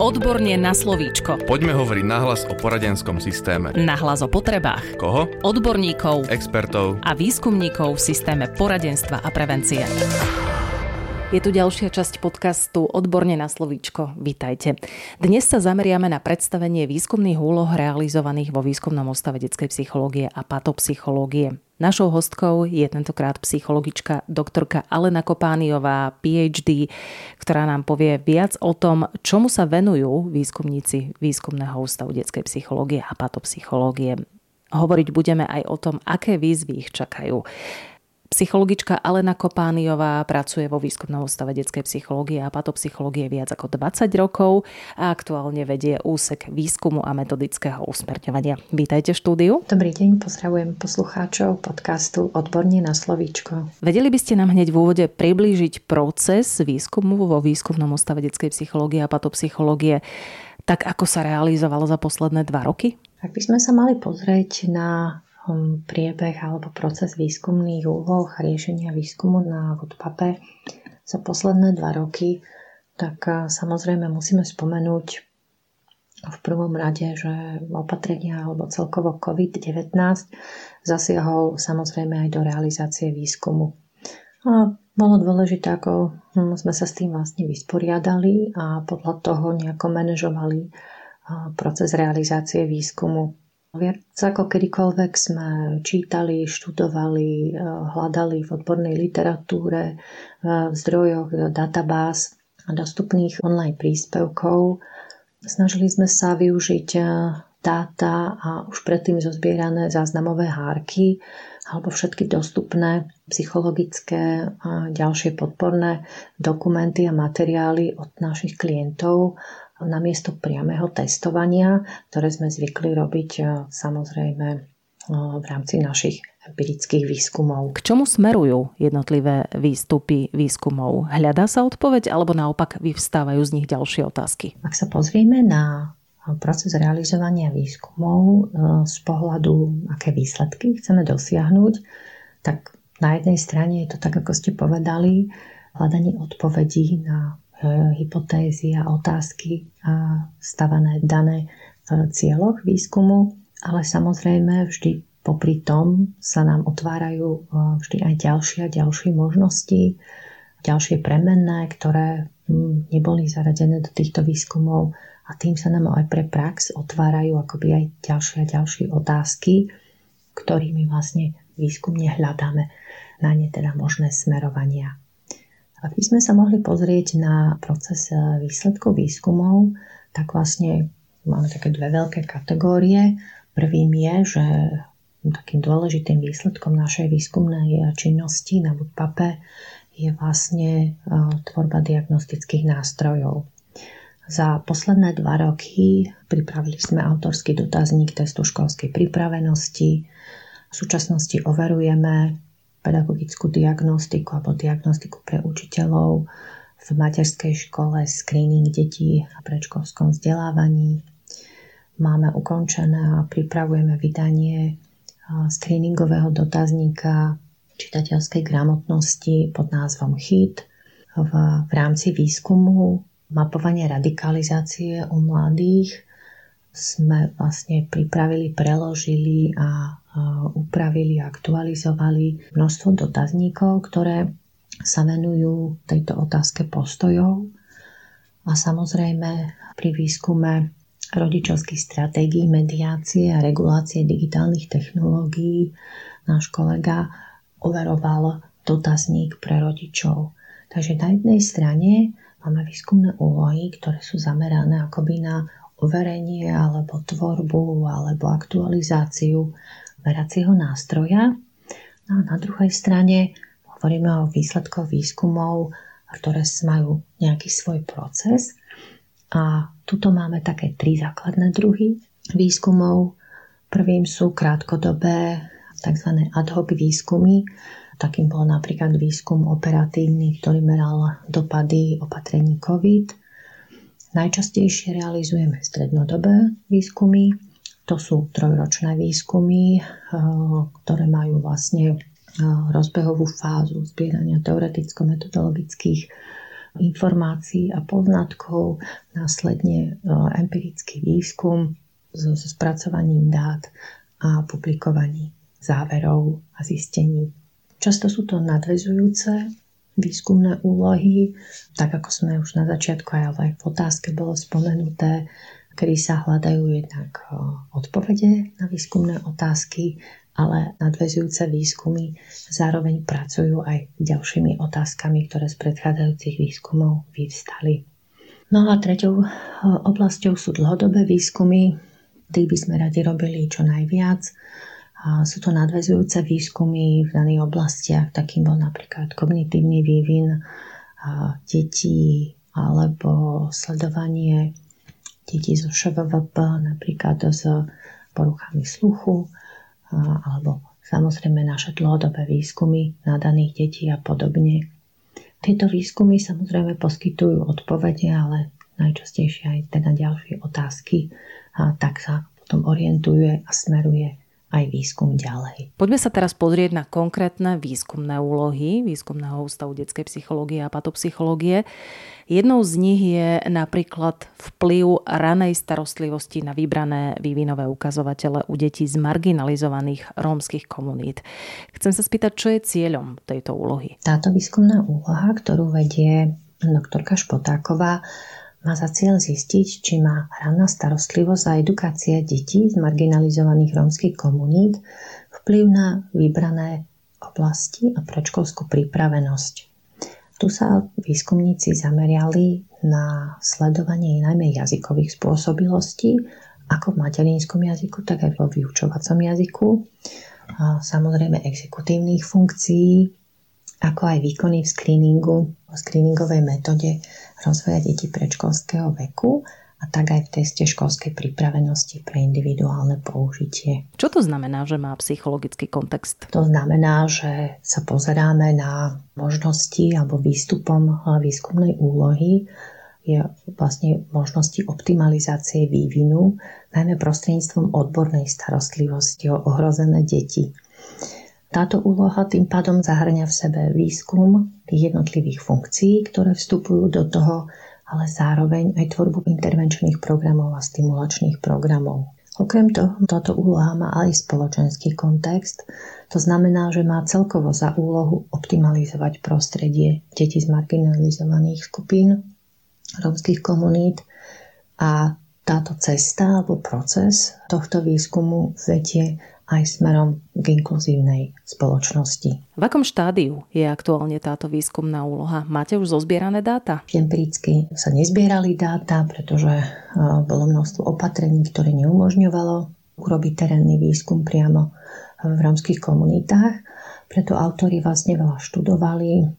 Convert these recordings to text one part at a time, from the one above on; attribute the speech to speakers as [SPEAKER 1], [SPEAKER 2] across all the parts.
[SPEAKER 1] Odborne na slovíčko.
[SPEAKER 2] Poďme hovoriť nahlas o poradenskom systéme.
[SPEAKER 1] Nahlas o potrebách.
[SPEAKER 2] Koho?
[SPEAKER 1] Odborníkov,
[SPEAKER 2] Expertov
[SPEAKER 1] a výskumníkov v systéme poradenstva a prevencie. Je tu ďalšia časť podcastu Odborne na slovíčko. Vítajte. Dnes sa zameriame na predstavenie výskumných úloh realizovaných vo Výskumnom ústave detskej psychológie a patopsychológie. Našou hostkou je tentokrát psychologička doktorka Alena Kopániová, PhD, ktorá nám povie viac o tom, čomu sa venujú výskumníci Výskumného ústavu detskej psychológie a patopsychológie. Hovoriť budeme aj o tom, aké výzvy ich čakajú. Psychologička Alena Kopániová pracuje vo Výskumnom ústave detskej psychológie a patopsychológie viac ako 20 rokov a aktuálne vedie úsek výskumu a metodického usmerňovania. Vítajte v štúdiu.
[SPEAKER 3] Dobrý deň, pozdravujem poslucháčov podcastu Odborne na slovíčko.
[SPEAKER 1] Vedeli by ste nám hneď v úvode priblížiť proces výskumu vo Výskumnom ústave detskej psychológie a patopsychológie, tak ako sa realizovalo za posledné 2 roky?
[SPEAKER 3] Ak by sme sa mali pozrieť na priebeh alebo proces výskumných úloh a riešenia výskumu na WODPAPe za posledné 2 roky, tak samozrejme musíme spomenúť v prvom rade, že opatrenia alebo celkovo COVID-19 zasiahol samozrejme aj do realizácie výskumu. A bolo dôležité, ako sme sa s tým vlastne vysporiadali a podľa toho nejako manažovali proces realizácie výskumu. Viac ako kedykoľvek sme čítali, študovali, hľadali v odbornej literatúre, v zdrojoch, databáz a dostupných online príspevkov. Snažili sme sa využiť dáta a už predtým zozbierané záznamové hárky alebo všetky dostupné psychologické a ďalšie podporné dokumenty a materiály od našich klientov namiesto priameho testovania, ktoré sme zvykli robiť samozrejme v rámci našich empirických výskumov.
[SPEAKER 1] K čomu smerujú jednotlivé výstupy výskumov? Hľadá sa odpoveď alebo naopak vyvstávajú z nich ďalšie otázky?
[SPEAKER 3] Ak sa pozrieme na proces realizovania výskumov z pohľadu, aké výsledky chceme dosiahnuť, tak na jednej strane je to tak, ako ste povedali, hľadanie odpovedí na hypotézy a otázky stavané dané v cieľoch výskumu, ale samozrejme vždy popri tom sa nám otvárajú vždy aj ďalšie možnosti, ďalšie premenné, ktoré neboli zaradené do týchto výskumov a tým sa nám aj pre prax otvárajú akoby aj ďalšie otázky, ktorými vlastne výskumne hľadáme na ne teda možné smerovania. Ak by sme sa mohli pozrieť na proces výsledkov výskumov, tak vlastne máme také 2 veľké kategórie. Prvým je, že takým dôležitým výsledkom našej výskumnej činnosti na WODPAPe je vlastne tvorba diagnostických nástrojov. Za posledné 2 roky pripravili sme autorský dotazník testu školskej pripravenosti. V súčasnosti overujeme pedagogickú diagnostiku alebo diagnostiku pre učiteľov v materskej škole, screening detí a predškolskom vzdelávaní. Máme ukončené a pripravujeme vydanie screeningového dotazníka čitateľskej gramotnosti pod názvom HIT v rámci výskumu mapovania radikalizácie u mladých. Sme vlastne pripravili, preložili a upravili, aktualizovali množstvo dotazníkov, ktoré sa venujú tejto otázke postojov. A samozrejme pri výskume rodičovských stratégií, mediácie a regulácie digitálnych technológií náš kolega overoval dotazník pre rodičov. Takže na jednej strane máme výskumné úlohy, ktoré sú zamerané akoby na overenie alebo tvorbu alebo aktualizáciu meracieho nástroja. No a na druhej strane hovoríme o výsledkoch výskumov, ktoré majú nejaký svoj proces. A tuto máme také 3 základné druhy výskumov. Prvým sú krátkodobé tzv. Ad hoc výskumy. Takým bol napríklad výskum operatívny, ktorý meral dopady opatrení COVID. Najčastejšie realizujeme strednodobé výskumy. To sú 3-ročné výskumy, ktoré majú vlastne rozbehovú fázu zbierania teoreticko-metodologických informácií a poznatkov, následne empirický výskum so spracovaním dát a publikovaní záverov a zistení. Často sú to nadväzujúce výskumné úlohy, tak ako sme už na začiatku aj v otázke bolo spomenuté, kedy sa hľadajú jednak odpovede na výskumné otázky, ale nadväzujúce výskumy zároveň pracujú aj s ďalšími otázkami, ktoré z predchádzajúcich výskumov vyvstali. No a treťou oblasťou sú dlhodobé výskumy. Tých by sme radi robili čo najviac. Sú to nadväzujúce výskumy v daných oblastiach, takým bol napríklad kognitívny vývin detí alebo sledovanie detí zo ŠVVP, napríklad s poruchami sluchu, alebo samozrejme naše dlhodobé výskumy nadaných detí a podobne. Tieto výskumy samozrejme poskytujú odpovede, ale najčastejšie aj teda ďalšie otázky, a tak sa potom orientuje a smeruje aj výskum ďalej.
[SPEAKER 1] Poďme sa teraz pozrieť na konkrétne výskumné úlohy Výskumného ústavu detskej psychológie a patopsychológie. Jednou z nich je napríklad vplyv ranej starostlivosti na vybrané vývinové ukazovatele u detí z marginalizovaných rómskych komunít. Chcem sa spýtať, čo je cieľom tejto úlohy?
[SPEAKER 3] Táto výskumná úloha, ktorú vedie doktorka Špotáková, má za cieľ zistiť, či má ranná starostlivosť a edukácia detí z marginalizovaných rómskych komunít vplyv na vybrané oblasti a predškolskú pripravenosť. Tu sa výskumníci zameriali na sledovanie najmä jazykových spôsobilostí, ako v materinskom jazyku, tak aj vo vyučovacom jazyku. A samozrejme exekutívnych funkcií, ako aj výkony v screeningovej metóde rozvoja detí predškolského veku a tak aj v teste školskej pripravenosti pre individuálne použitie.
[SPEAKER 1] Čo to znamená, že má psychologický kontext?
[SPEAKER 3] To znamená, že sa pozeráme na možnosti alebo výstupom výskumnej úlohy je vlastne možnosti optimalizácie vývinu, najmä prostredníctvom odbornej starostlivosti o ohrozené deti. Táto úloha tým pádom zahŕňa v sebe výskum tých jednotlivých funkcií, ktoré vstupujú do toho, ale zároveň aj tvorbu intervenčných programov a stimulačných programov. Okrem toho, táto úloha má aj spoločenský kontext, to znamená, že má celkovo za úlohu optimalizovať prostredie detí z marginalizovaných skupín, rómskych komunít a táto cesta alebo proces tohto výskumu vedie aj smerom k inkluzívnej spoločnosti.
[SPEAKER 1] V akom štádiu je aktuálne táto výskumná úloha? Máte už zozbierané dáta?
[SPEAKER 3] Empiricky sa nezbierali dáta, pretože bolo množstvo opatrení, ktoré neumožňovalo urobiť terénny výskum priamo v rómskych komunitách. Preto autori vlastne veľa študovali,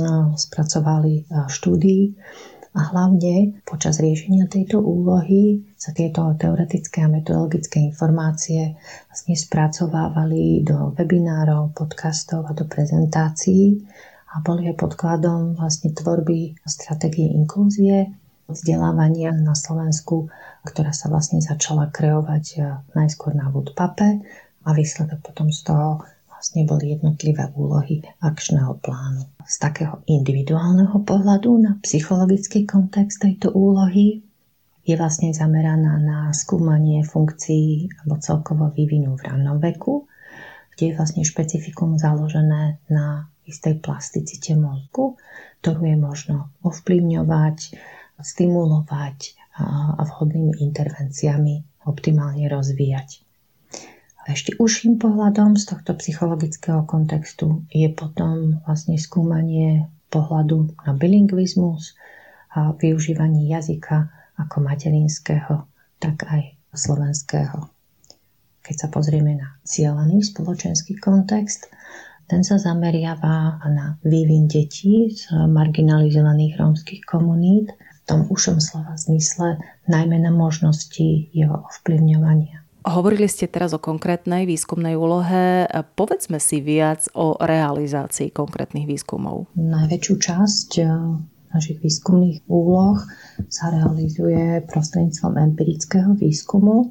[SPEAKER 3] spracovali štúdií a hlavne počas riešenia tejto úlohy sa tieto teoretické a metodologické informácie vlastne spracovávali do webinárov, podcastov a do prezentácií a boli aj podkladom vlastne tvorby stratégie inklúzie, vzdelávania na Slovensku, ktorá sa vlastne začala kreovať najskôr na Woodpape a výsledok potom z toho vlastne boli jednotlivé úlohy akčného plánu. Z takého individuálneho pohľadu na psychologický kontext tejto úlohy je vlastne zameraná na skúmanie funkcií alebo celkovo vývinu v rannom veku, kde je vlastne špecifikum založené na istej plasticite mozgu, ktorú je možno ovplyvňovať, stimulovať a vhodnými intervenciami optimálne rozvíjať. Ešte užším pohľadom z tohto psychologického kontextu je potom vlastne skúmanie pohľadu na bilingvizmus a využívanie jazyka ako materinského, tak aj slovenského. Keď sa pozrieme na cielený spoločenský kontext, ten sa zameriava na vývin detí z marginalizovaných rómskych komunít, v tom užšom slova zmysle, najmä na možnosti jeho ovplyvňovania.
[SPEAKER 1] Hovorili ste teraz o konkrétnej výskumnej úlohe. Povedzme si viac o realizácii konkrétnych výskumov.
[SPEAKER 3] Najväčšiu časť našich výskumných úloh sa realizuje prostredníctvom empirického výskumu.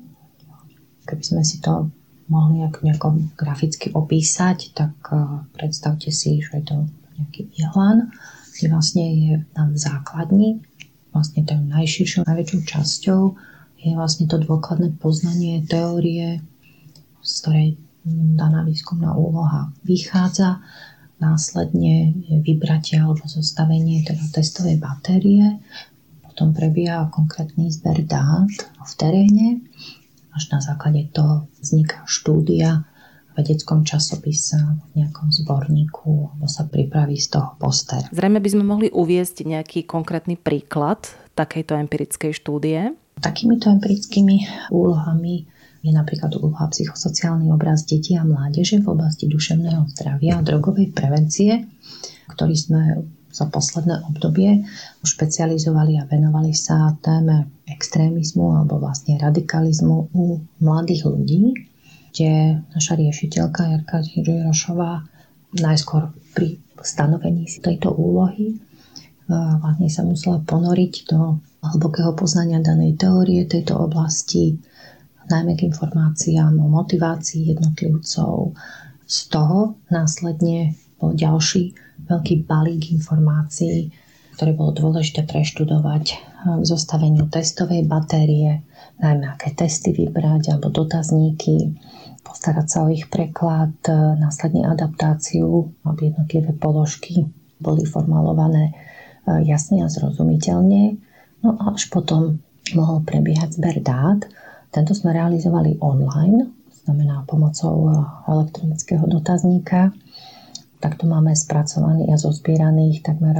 [SPEAKER 3] Keby sme si to mohli nejako graficky opísať, tak predstavte si, že je to nejaký ihlan, kde vlastne je tam v základni, vlastne tou najširšou, najväčšou časťou je vlastne to dôkladné poznanie teórie, z ktorej daná výskumná úloha vychádza. Následne je vybratie alebo zostavenie teda testovej batérie. Potom prebieha konkrétny zber dát v teréne. Až na základe toho vzniká štúdia v vedeckom časopise, v nejakom zborníku, alebo sa pripraví z toho poster.
[SPEAKER 1] Zrejme by sme mohli uviesť nejaký konkrétny príklad takejto empirickej štúdie.
[SPEAKER 3] Takýmito empirickými úlohami je napríklad úloha psychosociálny obraz detí a mládeže v oblasti duševného zdravia a drogovej prevencie, ktorý sme za posledné obdobie už špecializovali a venovali sa téme extrémizmu alebo vlastne radikalizmu u mladých ľudí, kde naša riešiteľka Jarka Žirošová najskôr pri stanovení tejto úlohy vlastne sa musela ponoriť do hlbokého poznania danej teórie tejto oblasti, najmä k informáciám o motivácii jednotlivcov. Z toho následne bol ďalší veľký balík informácií, ktoré bolo dôležité preštudovať k zostaveniu testovej batérie, najmä aké testy vybrať alebo dotazníky, postarať sa o ich preklad, následne adaptáciu, aby jednotlivé položky boli formulované jasne a zrozumiteľne. No a až potom mohol prebiehať zber dát. Tento sme realizovali online, znamená pomocou elektronického dotazníka. Takto máme spracovaných a zozbieraných takmer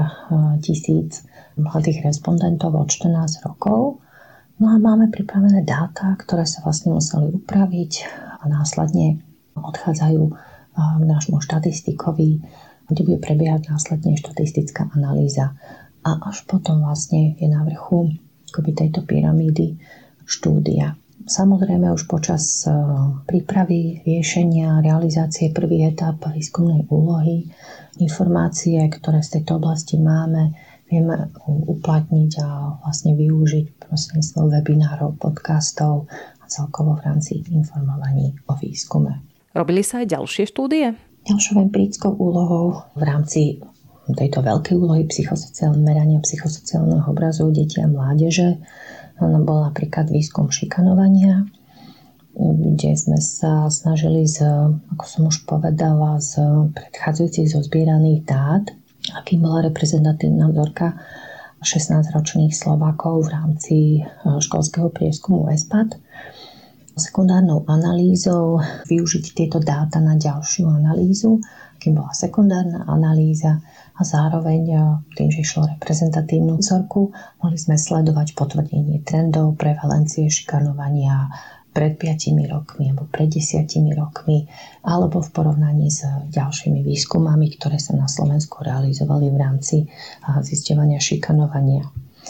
[SPEAKER 3] 1000 mladých respondentov od 14 rokov. No a máme pripravené dáta, ktoré sa vlastne museli upraviť a následne odchádzajú k nášmu statistikovi, kde bude prebiehať následne štatistická analýza. A až potom vlastne je na vrchu tejto pyramídy štúdia. Samozrejme už počas prípravy, riešenia, realizácie prvých etáp výskumnej úlohy informácie, ktoré z tejto oblasti máme, vieme uplatniť a vlastne využiť prostredníctvom webinárov, podcastov a celkovo v rámci informovaní o výskume.
[SPEAKER 1] Robili sa aj ďalšie štúdie?
[SPEAKER 3] Ďalšou empirickou úlohou v rámci tejto veľkej úlohy merania psychosociálneho obrazu detí a mládeže bol napríklad výskum šikanovania, kde sme sa snažili ako som už povedala, z predchádzajúcich zozbieraných dát, akým bola reprezentatívna vzorka 16-ročných Slovákov v rámci školského prieskumu ESPAD, sekundárnou analýzou využiť tieto dáta na ďalšiu analýzu, kým bola sekundárna analýza a zároveň tým, že išlo reprezentatívnu vzorku, mohli sme sledovať potvrdenie trendov, prevalencie šikanovania pred 5 rokmi alebo pred 10 rokmi alebo v porovnaní s ďalšími výskumami, ktoré sa na Slovensku realizovali v rámci zisťovania šikanovania.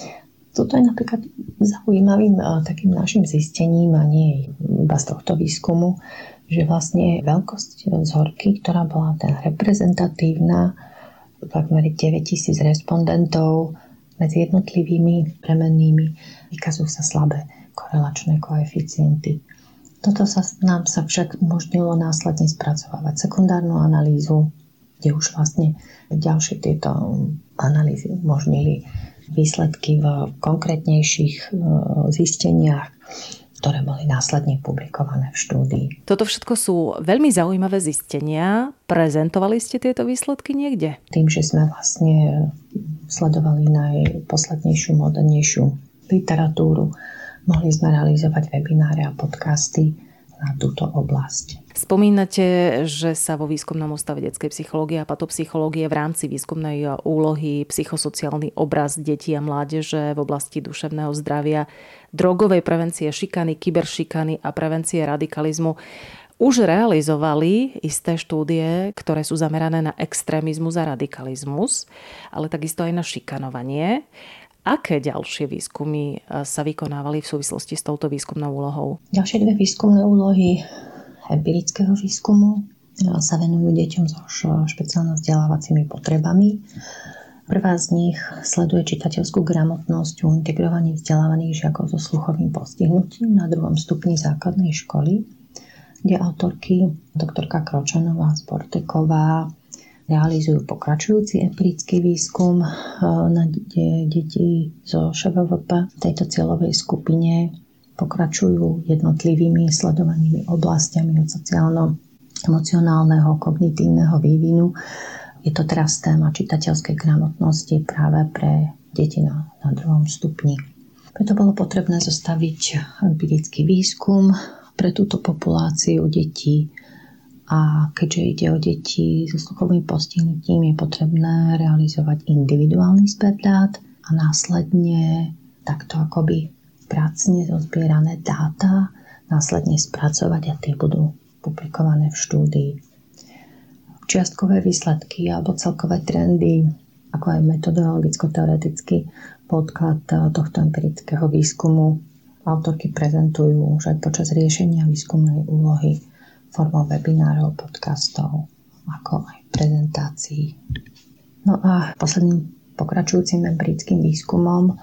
[SPEAKER 3] Toto je napríklad zaujímavým takým našim zistením a nie iba z tohto výskumu, že vlastne veľkosť vzorky, ktorá bola reprezentatívna, takmer 9000 respondentov medzi jednotlivými premennými, vykazujú sa slabé korelačné koeficienty. Toto nám sa však umožnilo následne spracovávať sekundárnu analýzu, kde už vlastne ďalšie tieto analýzy umožnili výsledky v konkrétnejších zisteniach, ktoré boli následne publikované v štúdii.
[SPEAKER 1] Toto všetko sú veľmi zaujímavé zistenia. Prezentovali ste tieto výsledky niekde?
[SPEAKER 3] Tým, že sme vlastne sledovali najposlednejšiu, modernejšiu literatúru, mohli sme realizovať webináre a podcasty na túto oblasť.
[SPEAKER 1] Spomínate, že sa vo Výskumnom ústave detskej psychológie a patopsychológie v rámci výskumnej úlohy psychosociálny obraz detí a mládeže v oblasti duševného zdravia, drogovej prevencie, šikany, kyberšikany a prevencie radikalizmu už realizovali isté štúdie, ktoré sú zamerané na extrémizmus a radikalizmus, ale takisto aj na šikanovanie. Aké ďalšie výskumy sa vykonávali v súvislosti s touto výskumnou úlohou?
[SPEAKER 3] Ďalšie dve výskumné úlohy empirického výskumu sa venujú deťom so špeciálne vzdelávacími potrebami. Prvá z nich sleduje čitateľskú gramotnosť u integrovaných vzdelávaných žiakov so sluchovým postihnutím na 2. stupni základnej školy, kde autorky doktorka Kročanová, Sporteková realizujú pokračujúci empirický výskum na deti zo ŠVVP. V tejto cieľovej skupine pokračujú jednotlivými sledovanými oblastiami od sociálno-emocionálneho, kognitívneho vývinu. Je to teraz téma čitateľskej gramotnosti práve pre deti na 2. stupni. Preto bolo potrebné zostaviť empirický výskum pre túto populáciu detí. A keďže ide o deti so sluchovým postihnutím, je potrebné realizovať individuálny zber dát a následne takto akoby pracne zozbierané dáta následne spracovať a tie budú publikované v štúdii. Čiastkové výsledky alebo celkové trendy, ako aj metodologicko-teoretický podklad tohto empirického výskumu autorky prezentujú už aj počas riešenia výskumnej úlohy formou webinárov, podcastov, ako aj prezentácií. No a posledným pokračujúcim empirickým výskumom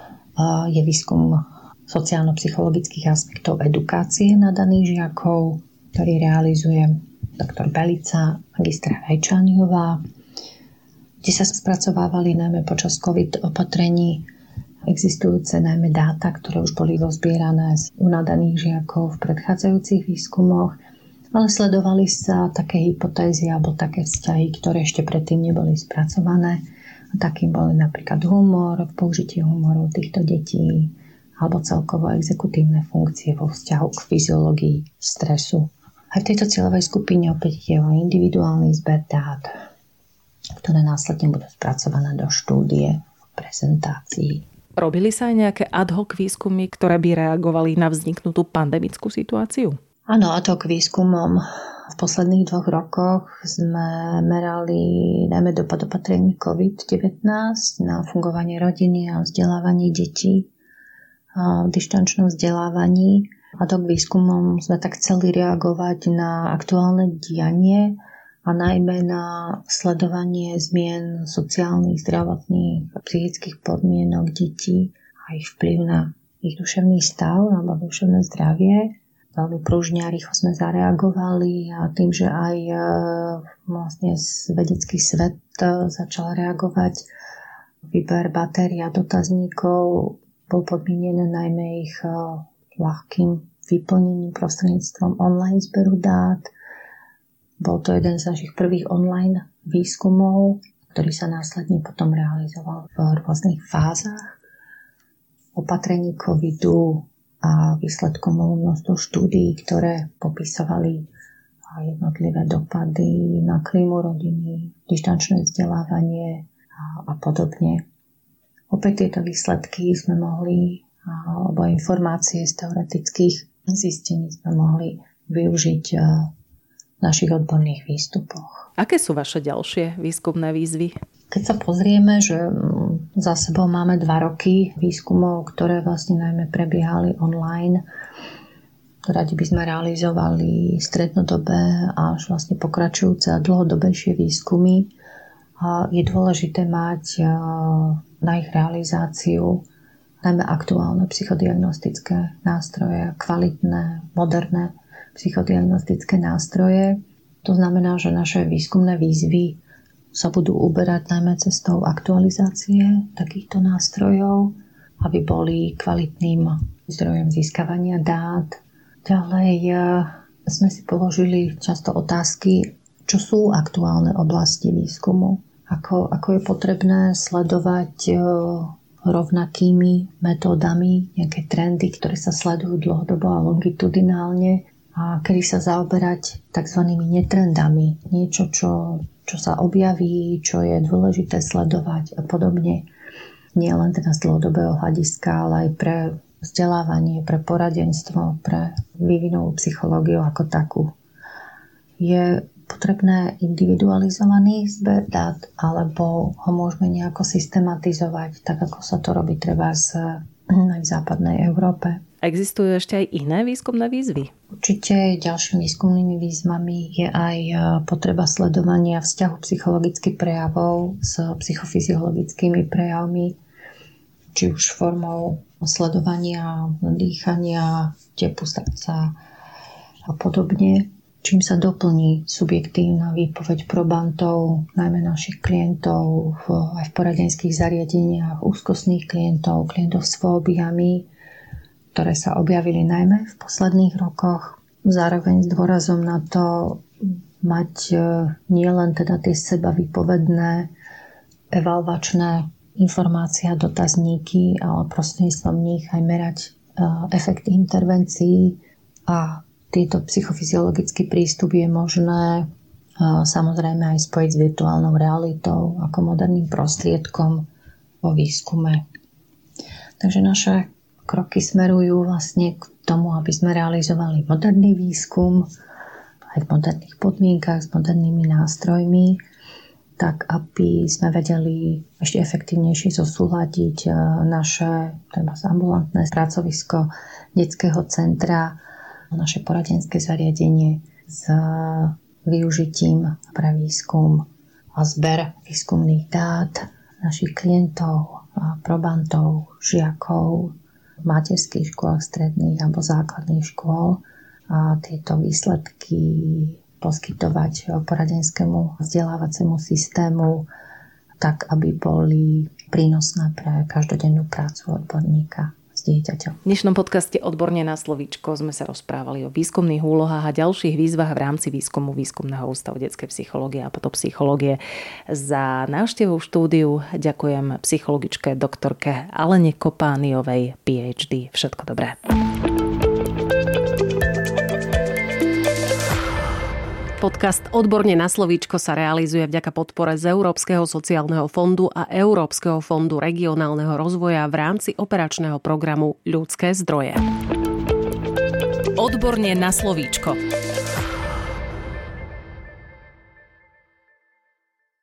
[SPEAKER 3] je výskum sociálno-psychologických aspektov edukácie nadaných žiakov, ktorý realizuje doktor Belica, magistra Rajčániová, kde sa spracovávali najmä počas COVID opatrení existujúce najmä dáta, ktoré už boli zozbierané u nadaných žiakov v predchádzajúcich výskumoch, ale sledovali sa také hypotézy alebo také vzťahy, ktoré ešte predtým neboli spracované. A takým boli napríklad humor, použitie humoru týchto detí alebo celkovo exekutívne funkcie vo vzťahu k fyziológii stresu. Aj v tejto cieľovej skupine opäť ide o individuálny zber dát, ktoré následne budú spracované do štúdie v prezentácii.
[SPEAKER 1] Robili sa aj nejaké ad hoc výskumy, ktoré by reagovali na vzniknutú pandemickú situáciu?
[SPEAKER 3] Áno, ad hoc výskumom v posledných 2 rokoch sme merali najmä dopad opatrení COVID-19 na fungovanie rodiny a vzdelávanie detí v dištančnom vzdelávaní. Ad hoc výskumom sme tak chceli reagovať na aktuálne dianie a najmä na sledovanie zmien sociálnych, zdravotných a psychických podmienok detí a ich vplyv na ich duševný stav alebo duševné zdravie. Veľmi pružne a rýchlo sme zareagovali a tým, že aj vlastne vedecký svet začal reagovať, výber batérií a dotazníkov bol podmienený najmä ich ľahkým vyplnením prostredníctvom online zberu dát. Bol to jeden z našich prvých online výskumov, ktorý sa následne potom realizoval v rôznych fázach opatrení covidu a výsledkom bolo množstvo štúdií, ktoré popisovali jednotlivé dopady na klímu rodiny, dištančné vzdelávanie a podobne. Opäť tieto výsledky sme mohli, alebo informácie z teoretických zistení sme mohli využiť v našich odborných výstupoch.
[SPEAKER 1] Aké sú vaše ďalšie výskumné výzvy?
[SPEAKER 3] Keď sa pozrieme, že za sebou máme 2 roky výskumov, ktoré vlastne najmä prebiehali online, radi by sme realizovali strednodobé až vlastne pokračujúce a dlhodobejšie výskumy. Je dôležité mať na ich realizáciu najmä aktuálne psychodiagnostické nástroje, kvalitné, moderné psychodiagnostické nástroje. To znamená, že naše výskumné výzvy sa budú uberať najmä cestou aktualizácie takýchto nástrojov, aby boli kvalitným zdrojom získavania dát. Ďalej sme si položili často otázky, čo sú aktuálne oblasti výskumu, ako je potrebné sledovať rovnakými metódami nejaké trendy, ktoré sa sledujú dlhodobo a longitudinálne, a kedy sa zaoberať tzv. Netrendami. Niečo, čo sa objaví, čo je dôležité sledovať a podobne. Nie len teda z dlhodobého hľadiska, ale aj pre vzdelávanie, pre poradenstvo, pre vývinovú psychológiu ako takú. Je potrebné individualizovaný zber dát, alebo ho môžeme nejako systematizovať, tak ako sa to robí treba aj v západnej Európe.
[SPEAKER 1] Existujú ešte aj iné výskumné výzvy?
[SPEAKER 3] Určite ďalšími výskumnými výzvami je aj potreba sledovania vzťahu psychologických prejavov s psychofyziologickými prejavmi, či už formou sledovania dýchania, tepu srdca a podobne. čím sa doplní subjektívna výpoveď probantov, najmä našich klientov aj v poradenských zariadeniach, úzkostných klientov s fóbiami, ktoré sa objavili najmä v posledných rokoch. Zároveň s dôrazom na to mať nielen teda tie seba výpovedné, evaluačné informácie a dotazníky, ale prostredníctvom nich aj merať efekt intervencií a tieto psychofyziologický prístup je možné samozrejme aj spojiť s virtuálnou realitou ako moderným prostriedkom vo výskume. Takže naše kroky smerujú vlastne k tomu, aby sme realizovali moderný výskum aj v moderných podmienkach s modernými nástrojmi, tak aby sme vedeli ešte efektívnejšie zosúladiť naše ambulantné pracovisko detského centra, naše poradenské zariadenie s využitím pre výskum a zber výskumných dát našich klientov, probantov, žiakov, materských škôl, stredných alebo základných škôl a tieto výsledky poskytovať poradenskému vzdelávaciemu systému tak, aby boli prínosné pre každodennú prácu odborníka s dieťaťom.
[SPEAKER 1] V dnešnom podcaste Odborne na slovíčko sme sa rozprávali o výskumných úlohách a ďalších výzvach v rámci výskumu Výskumného ústavu detskej psychológie a patopsychológie. Za návštevu v štúdiu ďakujem psychologičke doktorke Alene Kopániovej, PhD. Všetko dobré. Podcast Odborne na slovíčko sa realizuje vďaka podpore z Európskeho sociálneho fondu a Európskeho fondu regionálneho rozvoja v rámci operačného programu Ľudské zdroje. Odborne na slovíčko.